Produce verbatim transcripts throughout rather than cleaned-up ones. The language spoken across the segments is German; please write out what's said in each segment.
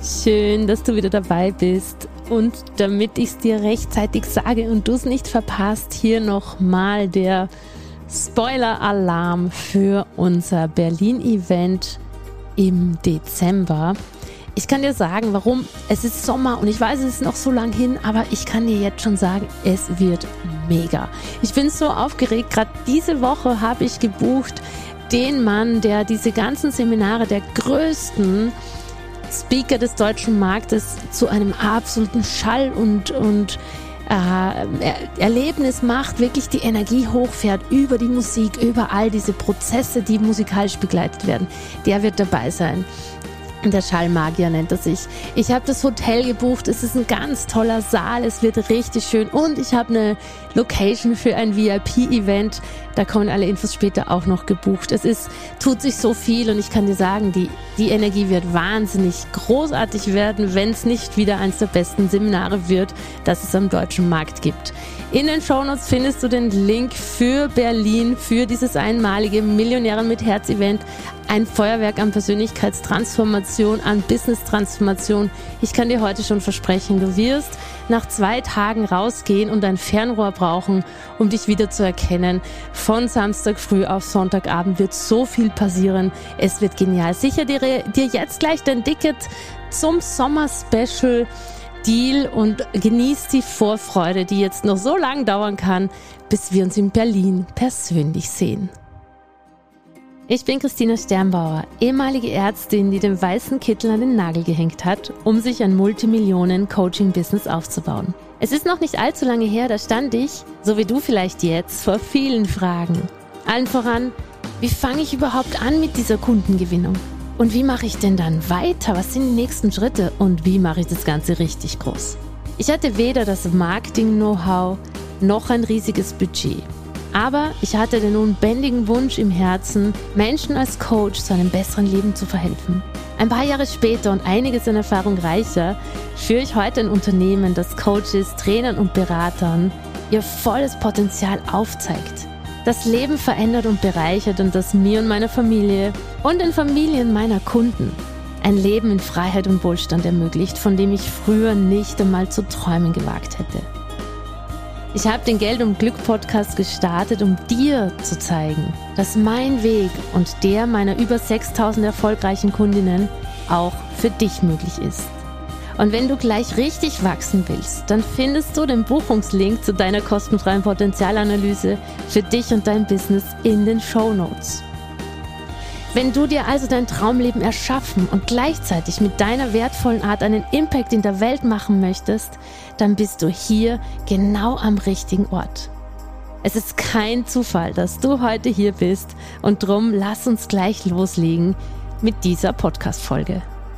Schön, dass du wieder dabei bist. Und damit ich es dir rechtzeitig sage und du es nicht verpasst, hier nochmal der Spoiler-Alarm für unser Berlin-Event im Dezember. Ich kann dir sagen, warum. Es ist Sommer und ich weiß, es ist noch so lang hin, aber ich kann dir jetzt schon sagen, es wird mega. Ich bin so aufgeregt. Gerade diese Woche habe ich gebucht den Mann, der diese ganzen Seminare der größten Speaker des deutschen Marktes zu einem absoluten Schall und, und äh, Erlebnis macht, wirklich die Energie hochfährt über die Musik, über all diese Prozesse, die musikalisch begleitet werden. Der wird dabei sein. Der Schallmagier nennt er sich. Ich habe das Hotel gebucht, es ist ein ganz toller Saal, es wird richtig schön und ich habe eine Location für ein V I P-Event, da kommen alle Infos später auch noch gebucht. Es ist, tut sich so viel und ich kann dir sagen, die, die Energie wird wahnsinnig großartig werden, wenn es nicht wieder eines der besten Seminare wird, das es am deutschen Markt gibt. In den Shownotes findest du den Link für Berlin, für dieses einmalige Millionären mit Herz-Event. Ein Feuerwerk an Persönlichkeitstransformation, an Business-Transformation. Ich kann dir heute schon versprechen, du wirst nach zwei Tagen rausgehen und ein Fernrohr brauchen, um dich wieder zu erkennen. Von Samstag früh auf Sonntagabend wird so viel passieren. Es wird genial. Sicher dir, dir jetzt gleich dein Ticket zum Sommer-Special Deal und genieß die Vorfreude, die jetzt noch so lange dauern kann, bis wir uns in Berlin persönlich sehen. Ich bin Christina Sternbauer, ehemalige Ärztin, die den weißen Kittel an den Nagel gehängt hat, um sich ein Multimillionen-Coaching-Business aufzubauen. Es ist noch nicht allzu lange her, da stand ich, so wie du vielleicht jetzt, vor vielen Fragen. Allen voran, wie fange ich überhaupt an mit dieser Kundengewinnung? Und wie mache ich denn dann weiter? Was sind die nächsten Schritte? Und wie mache ich das Ganze richtig groß? Ich hatte weder das Marketing-Know-how noch ein riesiges Budget. Aber ich hatte den unbändigen Wunsch im Herzen, Menschen als Coach zu einem besseren Leben zu verhelfen. Ein paar Jahre später und einiges an Erfahrung reicher, führe ich heute ein Unternehmen, das Coaches, Trainern und Beratern ihr volles Potenzial aufzeigt. Das Leben verändert und bereichert und das mir und meiner Familie und den Familien meiner Kunden ein Leben in Freiheit und Wohlstand ermöglicht, von dem ich früher nicht einmal zu träumen gewagt hätte. Ich habe den Geld und Glück Podcast gestartet, um dir zu zeigen, dass mein Weg und der meiner über sechstausend erfolgreichen Kundinnen auch für dich möglich ist. Und wenn du gleich richtig wachsen willst, dann findest du den Buchungslink zu deiner kostenfreien Potenzialanalyse für dich und dein Business in den Shownotes. Wenn du dir also dein Traumleben erschaffen und gleichzeitig mit deiner wertvollen Art einen Impact in der Welt machen möchtest, dann bist du hier genau am richtigen Ort. Es ist kein Zufall, dass du heute hier bist und drum lass uns gleich loslegen mit dieser Podcast-Folge.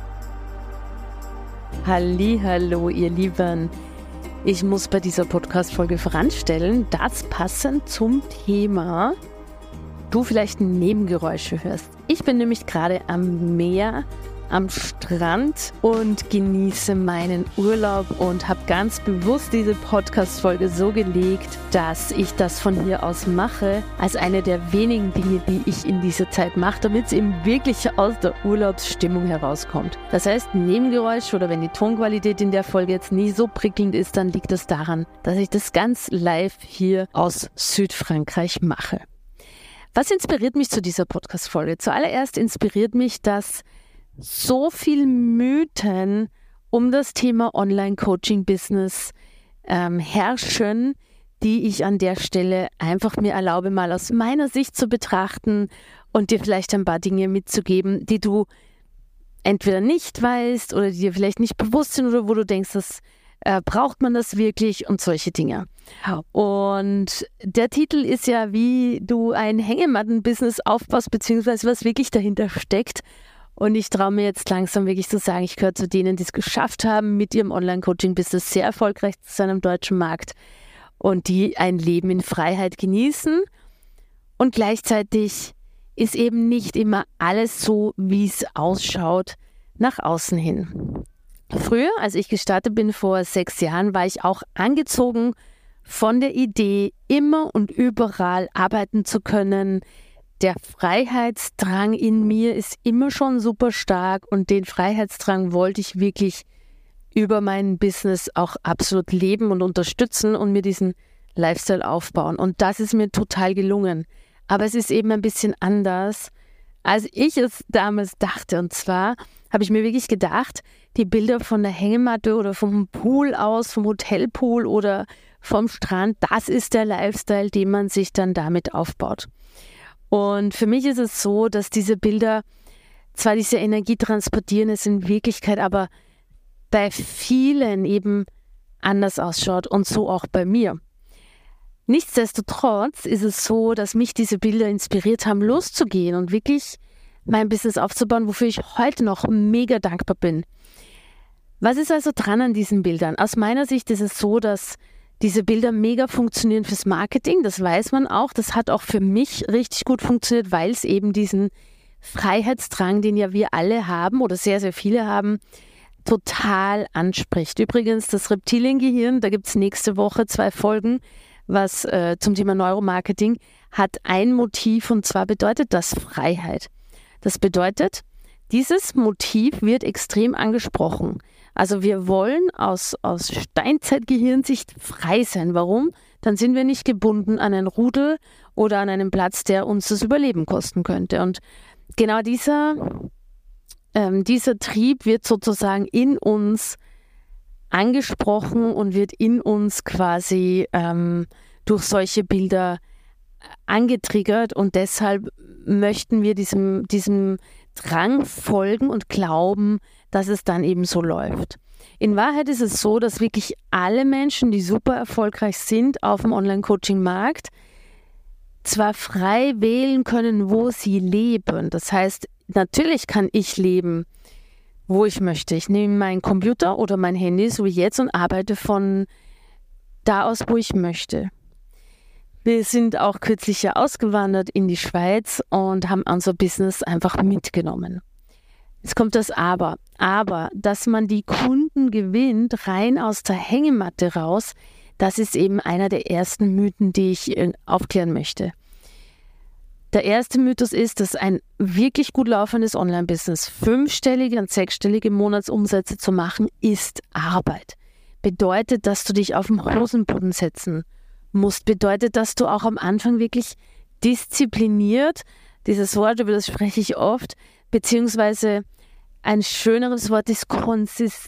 Hallihallo, ihr Lieben. Ich muss bei dieser Podcast-Folge voranstellen, dass passend zum Thema du vielleicht Nebengeräusche hörst. Ich bin nämlich gerade am Meer, am Strand und genieße meinen Urlaub und habe ganz bewusst diese Podcast-Folge so gelegt, dass ich das von hier aus mache, als eine der wenigen Dinge, die ich in dieser Zeit mache, damit es eben wirklich aus der Urlaubsstimmung herauskommt. Das heißt, Nebengeräusche oder wenn die Tonqualität in der Folge jetzt nie so prickelnd ist, dann liegt das daran, dass ich das ganz live hier aus Südfrankreich mache. Was inspiriert mich zu dieser Podcast-Folge? Zuallererst inspiriert mich, dass so viel Mythen um das Thema Online-Coaching-Business ähm, herrschen, die ich an der Stelle einfach mir erlaube, mal aus meiner Sicht zu betrachten und dir vielleicht ein paar Dinge mitzugeben, die du entweder nicht weißt oder die dir vielleicht nicht bewusst sind oder wo du denkst, dass Äh, braucht man das wirklich und solche Dinge. Und der Titel ist ja, wie du ein Hängematten-Business aufbaust, beziehungsweise was wirklich dahinter steckt. Und ich traue mir jetzt langsam wirklich zu sagen, ich gehöre zu denen, die es geschafft haben, mit ihrem Online-Coaching-Business sehr erfolgreich zu sein am deutschen Markt und die ein Leben in Freiheit genießen. Und gleichzeitig ist eben nicht immer alles so, wie es ausschaut, nach außen hin. Früher, als ich gestartet bin vor sechs Jahren, war ich auch angezogen von der Idee, immer und überall arbeiten zu können, der Freiheitsdrang in mir ist immer schon super stark und den Freiheitsdrang wollte ich wirklich über mein Business auch absolut leben und unterstützen und mir diesen Lifestyle aufbauen. Und das ist mir total gelungen. Aber es ist eben ein bisschen anders, als ich es damals dachte. Und zwar habe ich mir wirklich gedacht, die Bilder von der Hängematte oder vom Pool aus, vom Hotelpool oder vom Strand, das ist der Lifestyle, den man sich dann damit aufbaut. Und für mich ist es so, dass diese Bilder zwar diese Energie transportieren, es in Wirklichkeit aber bei vielen eben anders ausschaut und so auch bei mir. Nichtsdestotrotz ist es so, dass mich diese Bilder inspiriert haben, loszugehen und wirklich mein Business aufzubauen, wofür ich heute noch mega dankbar bin. Was ist also dran an diesen Bildern? Aus meiner Sicht ist es so, dass diese Bilder mega funktionieren fürs Marketing, das weiß man auch. Das hat auch für mich richtig gut funktioniert, weil es eben diesen Freiheitsdrang, den ja wir alle haben oder sehr, sehr viele haben, total anspricht. Übrigens, das Reptiliengehirn, da gibt es nächste Woche zwei Folgen, was äh, zum Thema Neuromarketing, hat ein Motiv und zwar bedeutet das Freiheit. Das bedeutet, dieses Motiv wird extrem angesprochen. Also wir wollen aus, aus Steinzeitgehirnsicht frei sein. Warum? Dann sind wir nicht gebunden an ein Rudel oder an einen Platz, der uns das Überleben kosten könnte. Und genau dieser, ähm, dieser Trieb wird sozusagen in uns angesprochen und wird in uns quasi ähm, durch solche Bilder angetriggert und deshalb möchten wir diesem, diesem Drang folgen und glauben, dass es dann eben so läuft. In Wahrheit ist es so, dass wirklich alle Menschen, die super erfolgreich sind auf dem Online-Coaching-Markt, zwar frei wählen können, wo sie leben. Das heißt, natürlich kann ich leben, wo ich möchte. Ich nehme meinen Computer oder mein Handy, so wie jetzt, und arbeite von da aus, wo ich möchte. Wir sind auch kürzlich ja ausgewandert in die Schweiz und haben unser Business einfach mitgenommen. Jetzt kommt das Aber. Aber, dass man die Kunden gewinnt, rein aus der Hängematte raus, das ist eben einer der ersten Mythen, die ich aufklären möchte. Der erste Mythos ist, dass ein wirklich gut laufendes Online-Business, fünfstellige und sechsstellige Monatsumsätze zu machen, ist Arbeit. Bedeutet, dass du dich auf den Hosenboden setzen musst. Bedeutet, dass du auch am Anfang wirklich diszipliniert, dieses Wort, über das spreche ich oft, beziehungsweise ein schöneres Wort ist konsistent,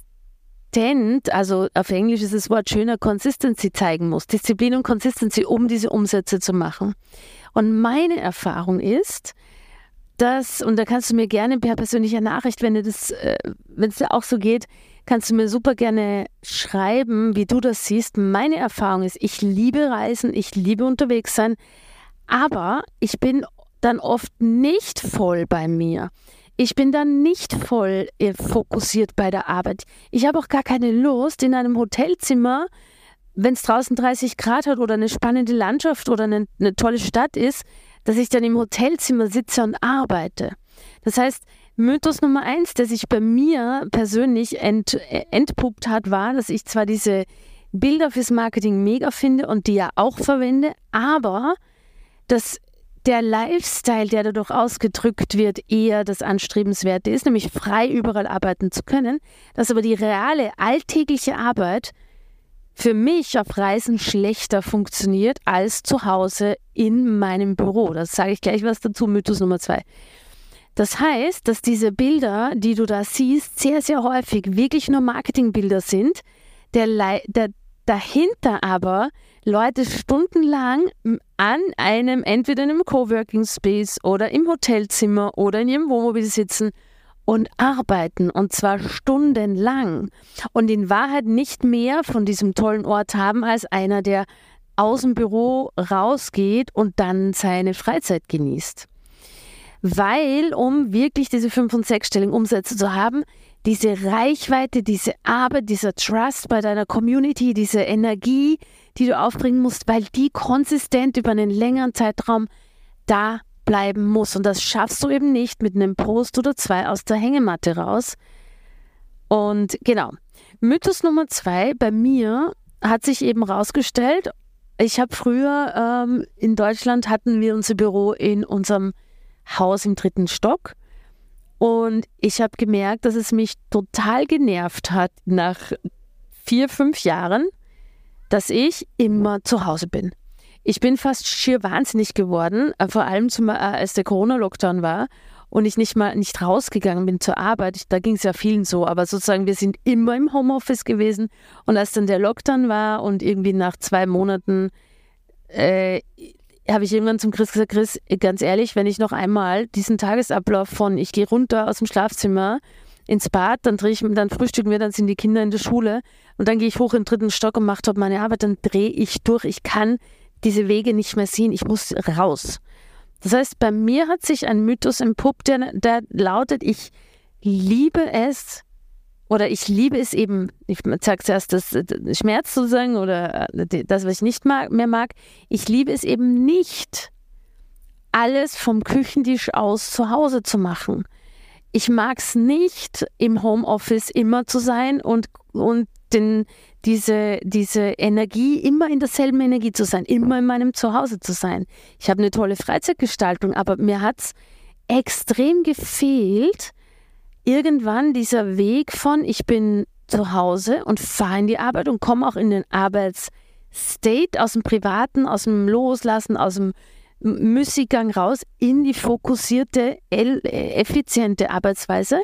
also auf Englisch ist das Wort schöner, Consistency zeigen musst. Disziplin und Consistency, um diese Umsätze zu machen. Und meine Erfahrung ist, dass, und da kannst du mir gerne per persönlicher Nachricht, wenn es äh, dir auch so geht, kannst du mir super gerne schreiben, wie du das siehst. Meine Erfahrung ist, ich liebe Reisen, ich liebe unterwegs sein, aber ich bin dann oft nicht voll bei mir. Ich bin dann nicht voll äh, fokussiert bei der Arbeit. Ich habe auch gar keine Lust, in einem Hotelzimmer, wenn es draußen dreißig Grad hat oder eine spannende Landschaft oder eine, eine tolle Stadt ist, dass ich dann im Hotelzimmer sitze und arbeite. Das heißt, Mythos Nummer eins, der sich bei mir persönlich ent, entpuppt hat, war, dass ich zwar diese Bilder fürs Marketing mega finde und die ja auch verwende, aber dass der Lifestyle, der dadurch ausgedrückt wird, eher das Anstrebenswerte ist, nämlich frei überall arbeiten zu können, dass aber die reale, alltägliche Arbeit für mich auf Reisen schlechter funktioniert als zu Hause in meinem Büro. Das sage ich gleich was dazu, Mythos Nummer zwei. Das heißt, dass diese Bilder, die du da siehst, sehr, sehr häufig wirklich nur Marketingbilder sind, der, der dahinter aber Leute stundenlang an einem, entweder in einem Coworking Space oder im Hotelzimmer oder in ihrem Wohnmobil sitzen und arbeiten, und zwar stundenlang und in Wahrheit nicht mehr von diesem tollen Ort haben als einer, der aus dem Büro rausgeht und dann seine Freizeit genießt. Weil, um wirklich diese fünf- und sechsstelligen Umsätze zu haben, diese Reichweite, diese Arbeit, dieser Trust bei deiner Community, diese Energie, die du aufbringen musst, weil die konsistent über einen längeren Zeitraum da bleiben muss. Und das schaffst du eben nicht mit einem Post oder zwei aus der Hängematte raus. Und genau, Mythos Nummer zwei bei mir hat sich eben rausgestellt, ich habe früher ähm, in Deutschland hatten wir unser Büro in unserem Haus im dritten Stock. Und ich habe gemerkt, dass es mich total genervt hat nach vier, fünf Jahren, dass ich immer zu Hause bin. Ich bin fast schier wahnsinnig geworden, vor allem zum, äh, als der Corona-Lockdown war und ich nicht mal nicht rausgegangen bin zur Arbeit. Ich, da ging es ja vielen so, aber sozusagen wir sind immer im Homeoffice gewesen. Und als dann der Lockdown war und irgendwie nach zwei Monaten äh, habe ich irgendwann zum Chris gesagt, Chris, ganz ehrlich, wenn ich noch einmal diesen Tagesablauf von, ich gehe runter aus dem Schlafzimmer ins Bad, dann, drehe ich, dann frühstücken wir, dann sind die Kinder in der Schule und dann gehe ich hoch in den dritten Stock und mache dort meine Arbeit, dann drehe ich durch. Ich kann diese Wege nicht mehr sehen, ich muss raus. Das heißt, bei mir hat sich ein Mythos entpuppt, der, der lautet, ich liebe es, oder ich liebe es eben, ich sage zuerst das, das Schmerz sozusagen oder das, was ich nicht mag, mehr mag, ich liebe es eben nicht, alles vom Küchentisch aus zu Hause zu machen. Ich mag es nicht, im Homeoffice immer zu sein und, und den, diese, diese Energie, immer in derselben Energie zu sein, immer in meinem Zuhause zu sein. Ich habe eine tolle Freizeitgestaltung, aber mir hat es extrem gefehlt, irgendwann dieser Weg von, ich bin zu Hause und fahre in die Arbeit und komme auch in den Arbeitsstate aus dem Privaten, aus dem Loslassen, aus dem Müßiggang raus in die fokussierte, effiziente Arbeitsweise.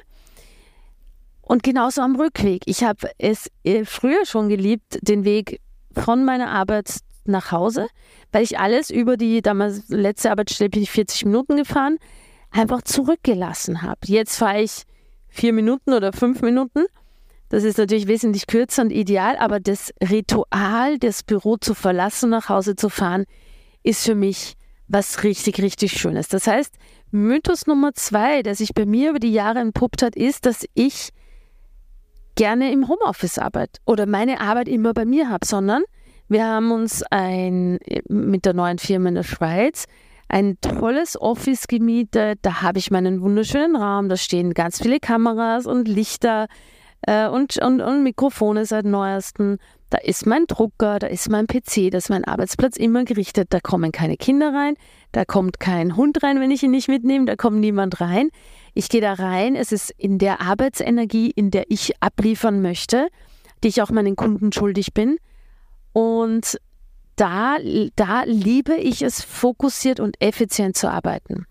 Und genauso am Rückweg. Ich habe es früher schon geliebt, den Weg von meiner Arbeit nach Hause, weil ich alles über die damals letzte Arbeitsstelle bin ich vierzig Minuten gefahren, einfach zurückgelassen habe. Jetzt fahre ich vier Minuten oder fünf Minuten. Das ist natürlich wesentlich kürzer und ideal, aber das Ritual, das Büro zu verlassen und nach Hause zu fahren, ist für mich was richtig, richtig Schönes. Das heißt, Mythos Nummer zwei, der sich bei mir über die Jahre entpuppt hat, ist, dass ich gerne im Homeoffice arbeite oder meine Arbeit immer bei mir habe, sondern wir haben uns ein, mit der neuen Firma in der Schweiz ein tolles Office gemietet. Da habe ich meinen wunderschönen Raum, da stehen ganz viele Kameras und Lichter äh, und, und, und Mikrofone seit neuestem. Da ist mein Drucker, da ist mein P C, da ist mein Arbeitsplatz immer gerichtet. Da kommen keine Kinder rein, da kommt kein Hund rein, wenn ich ihn nicht mitnehme, da kommt niemand rein. Ich gehe da rein, es ist in der Arbeitsenergie, in der ich abliefern möchte, die ich auch meinen Kunden schuldig bin. Und da, da liebe ich es, fokussiert und effizient zu arbeiten.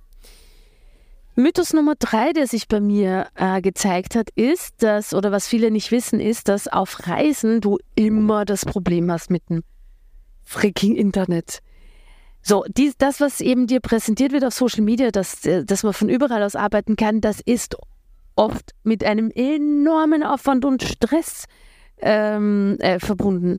Mythos Nummer drei, der sich bei mir äh, gezeigt hat, ist, dass, oder was viele nicht wissen, ist, dass auf Reisen du immer das Problem hast mit dem freaking Internet. So, dies, das, was eben dir präsentiert wird auf Social Media, dass, dass man von überall aus arbeiten kann, das ist oft mit einem enormen Aufwand und Stress ähm, äh, verbunden.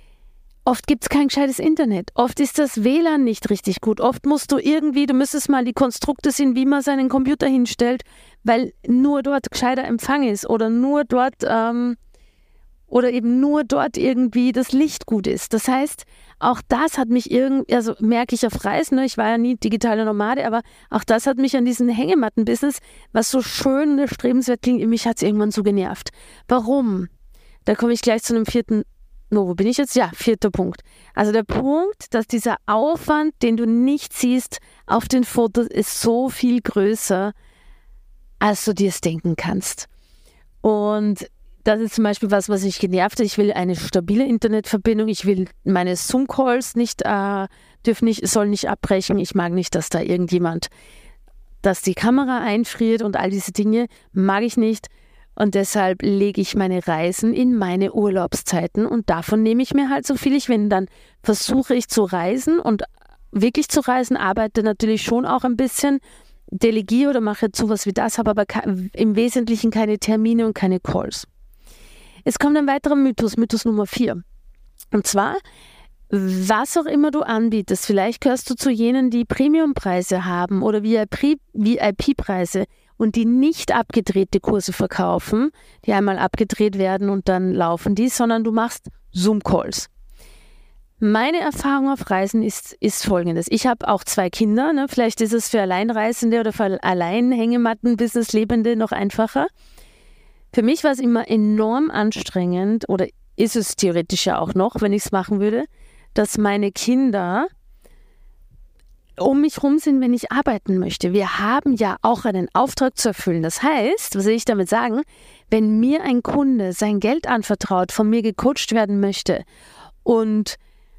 Oft gibt es kein gescheites Internet. Oft ist das W L A N nicht richtig gut. Oft musst du irgendwie, du müsstest mal die Konstrukte sehen, wie man seinen Computer hinstellt, weil nur dort gescheiter Empfang ist oder nur dort ähm, oder eben nur dort irgendwie das Licht gut ist. Das heißt, auch das hat mich irgendwie, also merke ich auf Reisen, ne? Ich war ja nie digitale Nomade, aber auch das hat mich an diesem Hängematten-Business, was so schön und erstrebenswert klingt, mich hat es irgendwann so genervt. Warum? Da komme ich gleich zu einem vierten No, wo bin ich jetzt? Ja, vierter Punkt. Also der Punkt, dass dieser Aufwand, den du nicht siehst auf den Fotos, ist so viel größer, als du dir es denken kannst. Und das ist zum Beispiel was, was mich genervt hat. Ich will eine stabile Internetverbindung. Ich will meine Zoom-Calls nicht, äh, dürfen nicht, sollen nicht abbrechen. Ich mag nicht, dass da irgendjemand, dass die Kamera einfriert und all diese Dinge mag ich nicht. Und deshalb lege ich meine Reisen in meine Urlaubszeiten und davon nehme ich mir halt so viel ich will. Dann versuche ich zu reisen und wirklich zu reisen, arbeite natürlich schon auch ein bisschen, delegiere oder mache sowas wie das, habe aber im Wesentlichen keine Termine und keine Calls. Es kommt ein weiterer Mythos, Mythos Nummer vier. Und zwar, was auch immer du anbietest, vielleicht gehörst du zu jenen, die Premiumpreise haben oder V I P-Preise, und die nicht abgedrehte Kurse verkaufen, die einmal abgedreht werden und dann laufen die, sondern du machst Zoom-Calls. Meine Erfahrung auf Reisen ist, ist folgendes. Ich habe auch zwei Kinder, ne? Vielleicht ist es für Alleinreisende oder für Alleinhängematten-Business-Lebende noch einfacher. Für mich war es immer enorm anstrengend oder ist es theoretisch ja auch noch, wenn ich es machen würde, dass meine Kinder um mich rum sind, wenn ich arbeiten möchte. Wir haben ja auch einen Auftrag zu erfüllen. Das heißt, was will ich damit sagen, wenn mir ein Kunde sein Geld anvertraut, von mir gecoacht werden möchte und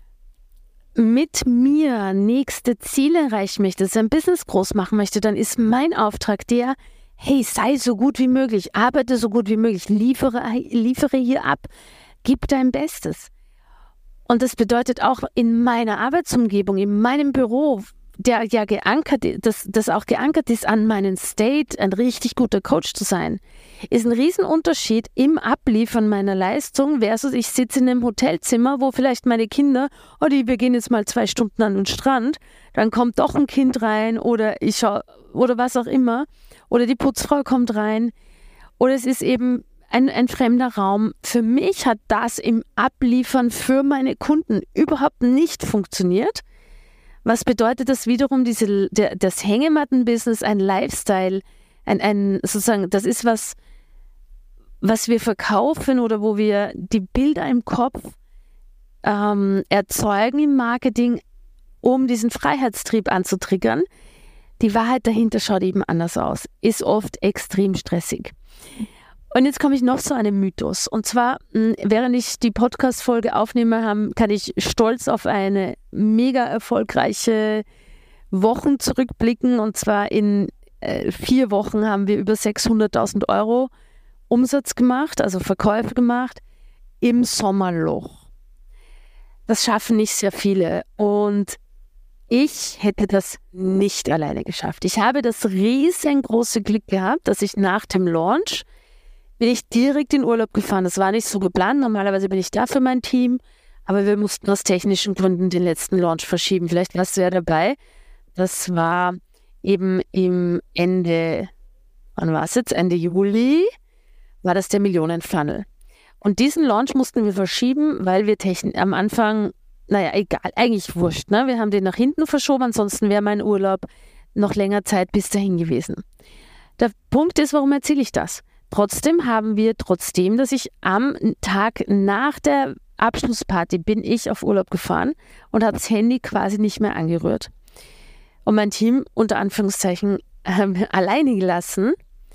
mit mir nächste Ziele erreichen möchte, sein Business groß machen möchte, dann ist mein Auftrag der, hey, sei so gut wie möglich, arbeite so gut wie möglich, liefere, liefere hier ab, gib dein Bestes. Und das bedeutet auch in meiner Arbeitsumgebung, in meinem Büro, der ja geankert, das, das auch geankert ist an meinen State, ein richtig guter Coach zu sein, ist ein Riesenunterschied im Abliefern meiner Leistung versus ich sitze in einem Hotelzimmer, wo vielleicht meine Kinder, oh, die, wir gehen jetzt mal zwei Stunden an den Strand, dann kommt doch ein Kind rein oder ich schau, oder was auch immer, oder die Putzfrau kommt rein, oder es ist eben ein, ein fremder Raum. Für mich hat das im Abliefern für meine Kunden überhaupt nicht funktioniert. Was bedeutet das wiederum, diese, der, das Hängematten-Business, ein Lifestyle, ein, ein, sozusagen, das ist was, was wir verkaufen oder wo wir die Bilder im Kopf ähm, erzeugen im Marketing, um diesen Freiheitstrieb anzutriggern. Die Wahrheit dahinter schaut eben anders aus, ist oft extrem stressig. Und jetzt komme ich noch zu einem Mythos. Und zwar, während ich die Podcast-Folge aufnehme, kann ich stolz auf eine mega erfolgreiche Woche zurückblicken. Und zwar in äh, vier Wochen haben wir über sechshunderttausend Euro Umsatz gemacht, also Verkäufe gemacht, im Sommerloch. Das schaffen nicht sehr viele. Und ich hätte das nicht alleine geschafft. Ich habe das riesengroße Glück gehabt, dass ich nach dem Launch bin ich direkt in Urlaub gefahren. Das war nicht so geplant. Normalerweise bin ich da für mein Team, aber wir mussten aus technischen Gründen den letzten Launch verschieben. Vielleicht warst du ja dabei. Das war eben im Ende, wann war es jetzt? Ende Juli war das der Millionen-Funnel. Und diesen Launch mussten wir verschieben, weil wir techn- am Anfang, naja, egal, eigentlich wurscht. Ne? Wir haben den nach hinten verschoben, ansonsten wäre mein Urlaub noch länger Zeit bis dahin gewesen. Der Punkt ist, warum erzähle ich das? Trotzdem haben wir, trotzdem, dass ich am Tag nach der Abschlussparty bin ich auf Urlaub gefahren und habe das Handy quasi nicht mehr angerührt. Und mein Team unter Anführungszeichen äh, alleine gelassen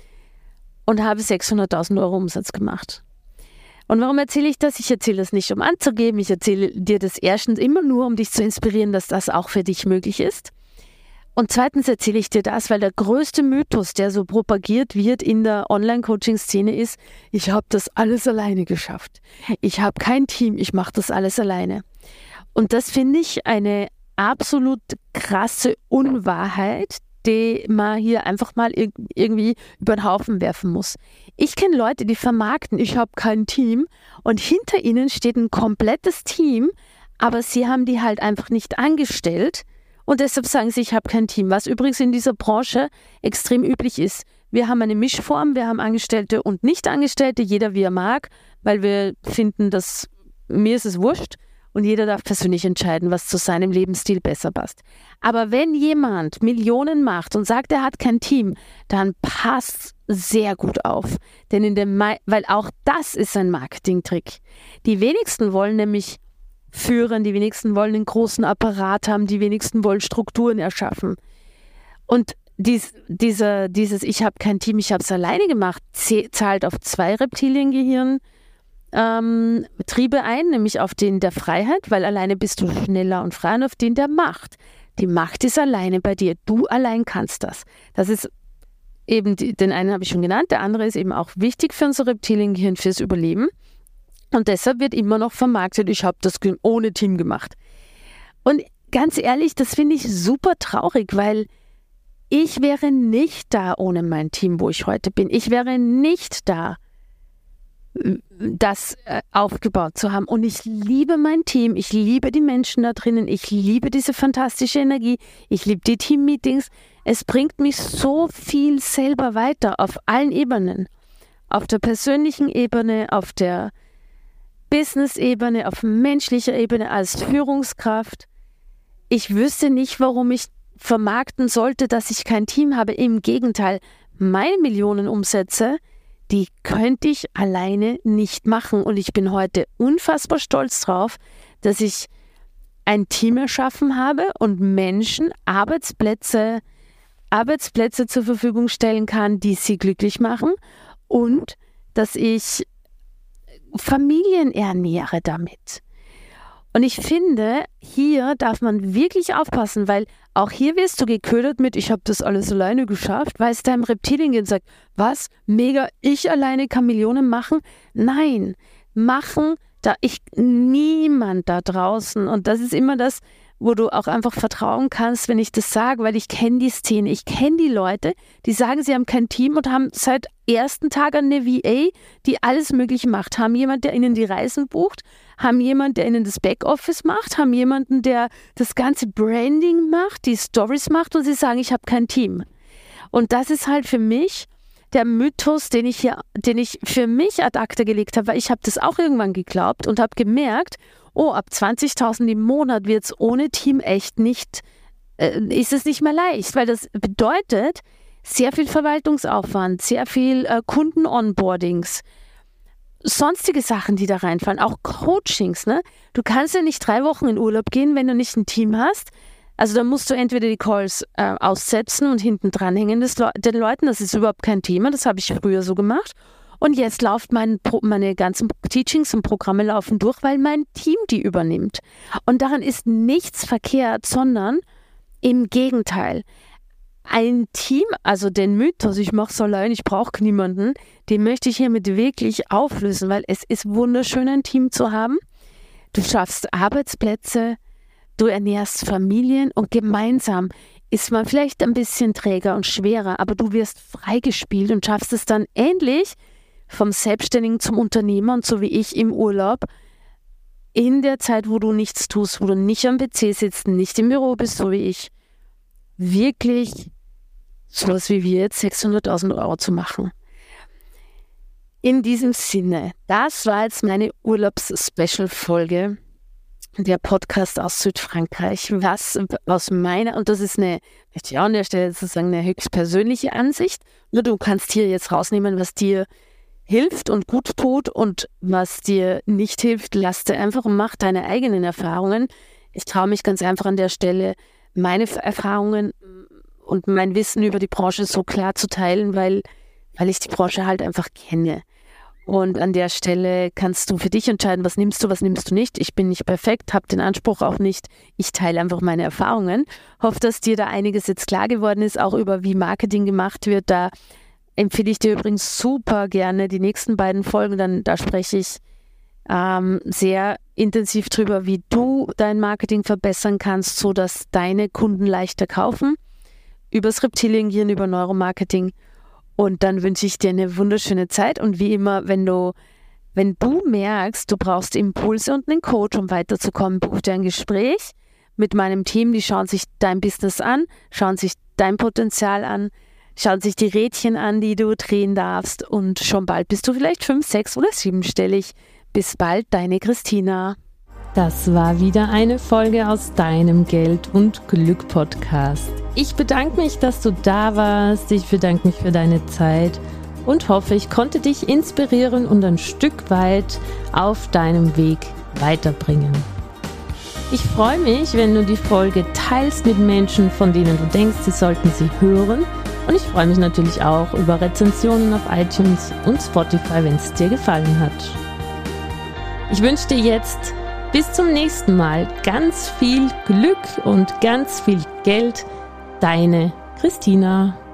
und habe sechshunderttausend Euro Umsatz gemacht. Und warum erzähle ich das? Ich erzähle das nicht, um anzugeben. Ich erzähle dir das erstens immer nur, um dich zu inspirieren, dass das auch für dich möglich ist. Und zweitens erzähle ich dir das, weil der größte Mythos, der so propagiert wird in der Online-Coaching-Szene ist, ich habe das alles alleine geschafft. Ich habe kein Team, ich mache das alles alleine. Und das finde ich eine absolut krasse Unwahrheit, die man hier einfach mal ir- irgendwie über den Haufen werfen muss. Ich kenne Leute, die vermarkten, ich habe kein Team und hinter ihnen steht ein komplettes Team, aber sie haben die halt einfach nicht angestellt. Und deshalb sagen sie, ich habe kein Team, was übrigens in dieser Branche extrem üblich ist. Wir haben eine Mischform, wir haben Angestellte und Nicht-Angestellte, jeder wie er mag, weil wir finden, dass mir ist es wurscht und jeder darf persönlich entscheiden, was zu seinem Lebensstil besser passt. Aber wenn jemand Millionen macht und sagt, er hat kein Team, dann passt sehr gut auf. Denn in dem Ma- weil auch das ist ein Marketingtrick. Die wenigsten wollen nämlich führen, die wenigsten wollen einen großen Apparat haben, die wenigsten wollen Strukturen erschaffen. Und dies, dieser, dieses Ich habe kein Team, ich habe es alleine gemacht, zahlt auf zwei Reptiliengehirn ähm, Triebe ein, nämlich auf den der Freiheit, weil alleine bist du schneller und frei, und auf den der Macht. Die Macht ist alleine bei dir, du allein kannst das. Das ist eben, die, den einen habe ich schon genannt, der andere ist eben auch wichtig für unser Reptiliengehirn, fürs Überleben. Und deshalb wird immer noch vermarktet, ich habe das ohne Team gemacht. Und ganz ehrlich, das finde ich super traurig, weil ich wäre nicht da ohne mein Team, wo ich heute bin. Ich wäre nicht da, das äh, aufgebaut zu haben. Und ich liebe mein Team, ich liebe die Menschen da drinnen, ich liebe diese fantastische Energie, ich liebe die Team-Meetings. Es bringt mich so viel selber weiter auf allen Ebenen. Auf der persönlichen Ebene, auf der Business-Ebene, auf menschlicher Ebene, als Führungskraft. Ich wüsste nicht, warum ich vermarkten sollte, dass ich kein Team habe. Im Gegenteil, meine Millionenumsätze, die könnte ich alleine nicht machen. Und ich bin heute unfassbar stolz drauf, dass ich ein Team erschaffen habe und Menschen Arbeitsplätze, Arbeitsplätze zur Verfügung stellen kann, die sie glücklich machen und dass ich Familien ernähre damit. Und ich finde, hier darf man wirklich aufpassen, weil auch hier wirst du geködert mit, ich habe das alles alleine geschafft, weil es deinem Reptiliengehirn sagt, was, mega, ich alleine kann Millionen machen? Nein, machen da ich niemand da draußen. Und das ist immer das, wo du auch einfach vertrauen kannst, wenn ich das sage, weil ich kenne die Szene, ich kenne die Leute, die sagen, sie haben kein Team und haben seit ersten Tag eine V A, die alles Mögliche macht, haben jemanden, der ihnen die Reisen bucht, haben jemanden, der ihnen das Backoffice macht, haben jemanden, der das ganze Branding macht, die Stories macht und sie sagen, ich habe kein Team. Und das ist halt für mich der Mythos, den ich hier, den ich für mich ad acta gelegt habe, weil ich habe das auch irgendwann geglaubt und habe gemerkt, oh, ab zwanzigtausend im Monat wird es ohne Team echt nicht, äh, ist es nicht mehr leicht, weil das bedeutet sehr viel Verwaltungsaufwand, sehr viel äh, Kunden-Onboardings, sonstige Sachen, die da reinfallen, auch Coachings, ne? Du kannst ja nicht drei Wochen in Urlaub gehen, wenn du nicht ein Team hast. Also da musst du entweder die Calls äh, aussetzen und hinten dranhängen des Le- den Leuten, das ist überhaupt kein Thema, das habe ich früher so gemacht. Und jetzt läuft mein Pro- meine ganzen Teachings und Programme laufen durch, weil mein Team die übernimmt. Und daran ist nichts verkehrt, sondern im Gegenteil. Ein Team, also den Mythos, ich mache es allein, ich brauche niemanden, den möchte ich hiermit wirklich auflösen, weil es ist wunderschön, ein Team zu haben. Du schaffst Arbeitsplätze, du ernährst Familien und gemeinsam ist man vielleicht ein bisschen träger und schwerer, aber du wirst freigespielt und schaffst es dann endlich vom Selbstständigen zum Unternehmer und so wie ich im Urlaub, in der Zeit, wo du nichts tust, wo du nicht am P C sitzt, nicht im Büro bist, so wie ich, wirklich sowas wie wir jetzt sechshunderttausend Euro zu machen. In diesem Sinne, das war jetzt meine Urlaubs-Special-Folge, der Podcast aus Südfrankreich, was aus meiner, und das ist eine, möchte ich auch an der Stelle sozusagen eine höchst persönliche Ansicht, nur du kannst hier jetzt rausnehmen, was dir hilft und gut tut und was dir nicht hilft, lass dir einfach und mach deine eigenen Erfahrungen. Ich traue mich ganz einfach an der Stelle, meine Erfahrungen und mein Wissen über die Branche so klar zu teilen, weil, weil ich die Branche halt einfach kenne. Und an der Stelle kannst du für dich entscheiden, was nimmst du, was nimmst du nicht. Ich bin nicht perfekt, habe den Anspruch auch nicht. Ich teile einfach meine Erfahrungen. Hoffe, dass dir da einiges jetzt klar geworden ist, auch über wie Marketing gemacht wird. Da empfehle ich dir übrigens super gerne die nächsten beiden Folgen. Dann, da spreche ich ähm, sehr intensiv drüber, wie du dein Marketing verbessern kannst, sodass deine Kunden leichter kaufen. Übers Reptiliengehirn, über Neuromarketing. Und dann wünsche ich dir eine wunderschöne Zeit. Und wie immer, wenn du, wenn du merkst, du brauchst Impulse und einen Coach, um weiterzukommen, buch dir ein Gespräch mit meinem Team. Die schauen sich dein Business an, schauen sich dein Potenzial an, schauen sich die Rädchen an, die du drehen darfst. Und schon bald bist du vielleicht fünf, sechs oder siebenstellig. Bis bald, deine Christina. Das war wieder eine Folge aus deinem Geld- und Glück-Podcast. Ich bedanke mich, dass du da warst. Ich bedanke mich für deine Zeit und hoffe, ich konnte dich inspirieren und ein Stück weit auf deinem Weg weiterbringen. Ich freue mich, wenn du die Folge teilst mit Menschen, von denen du denkst, sie sollten sie hören. Und ich freue mich natürlich auch über Rezensionen auf iTunes und Spotify, wenn es dir gefallen hat. Ich wünsche dir jetzt bis zum nächsten Mal ganz viel Glück und ganz viel Geld. Deine Christina.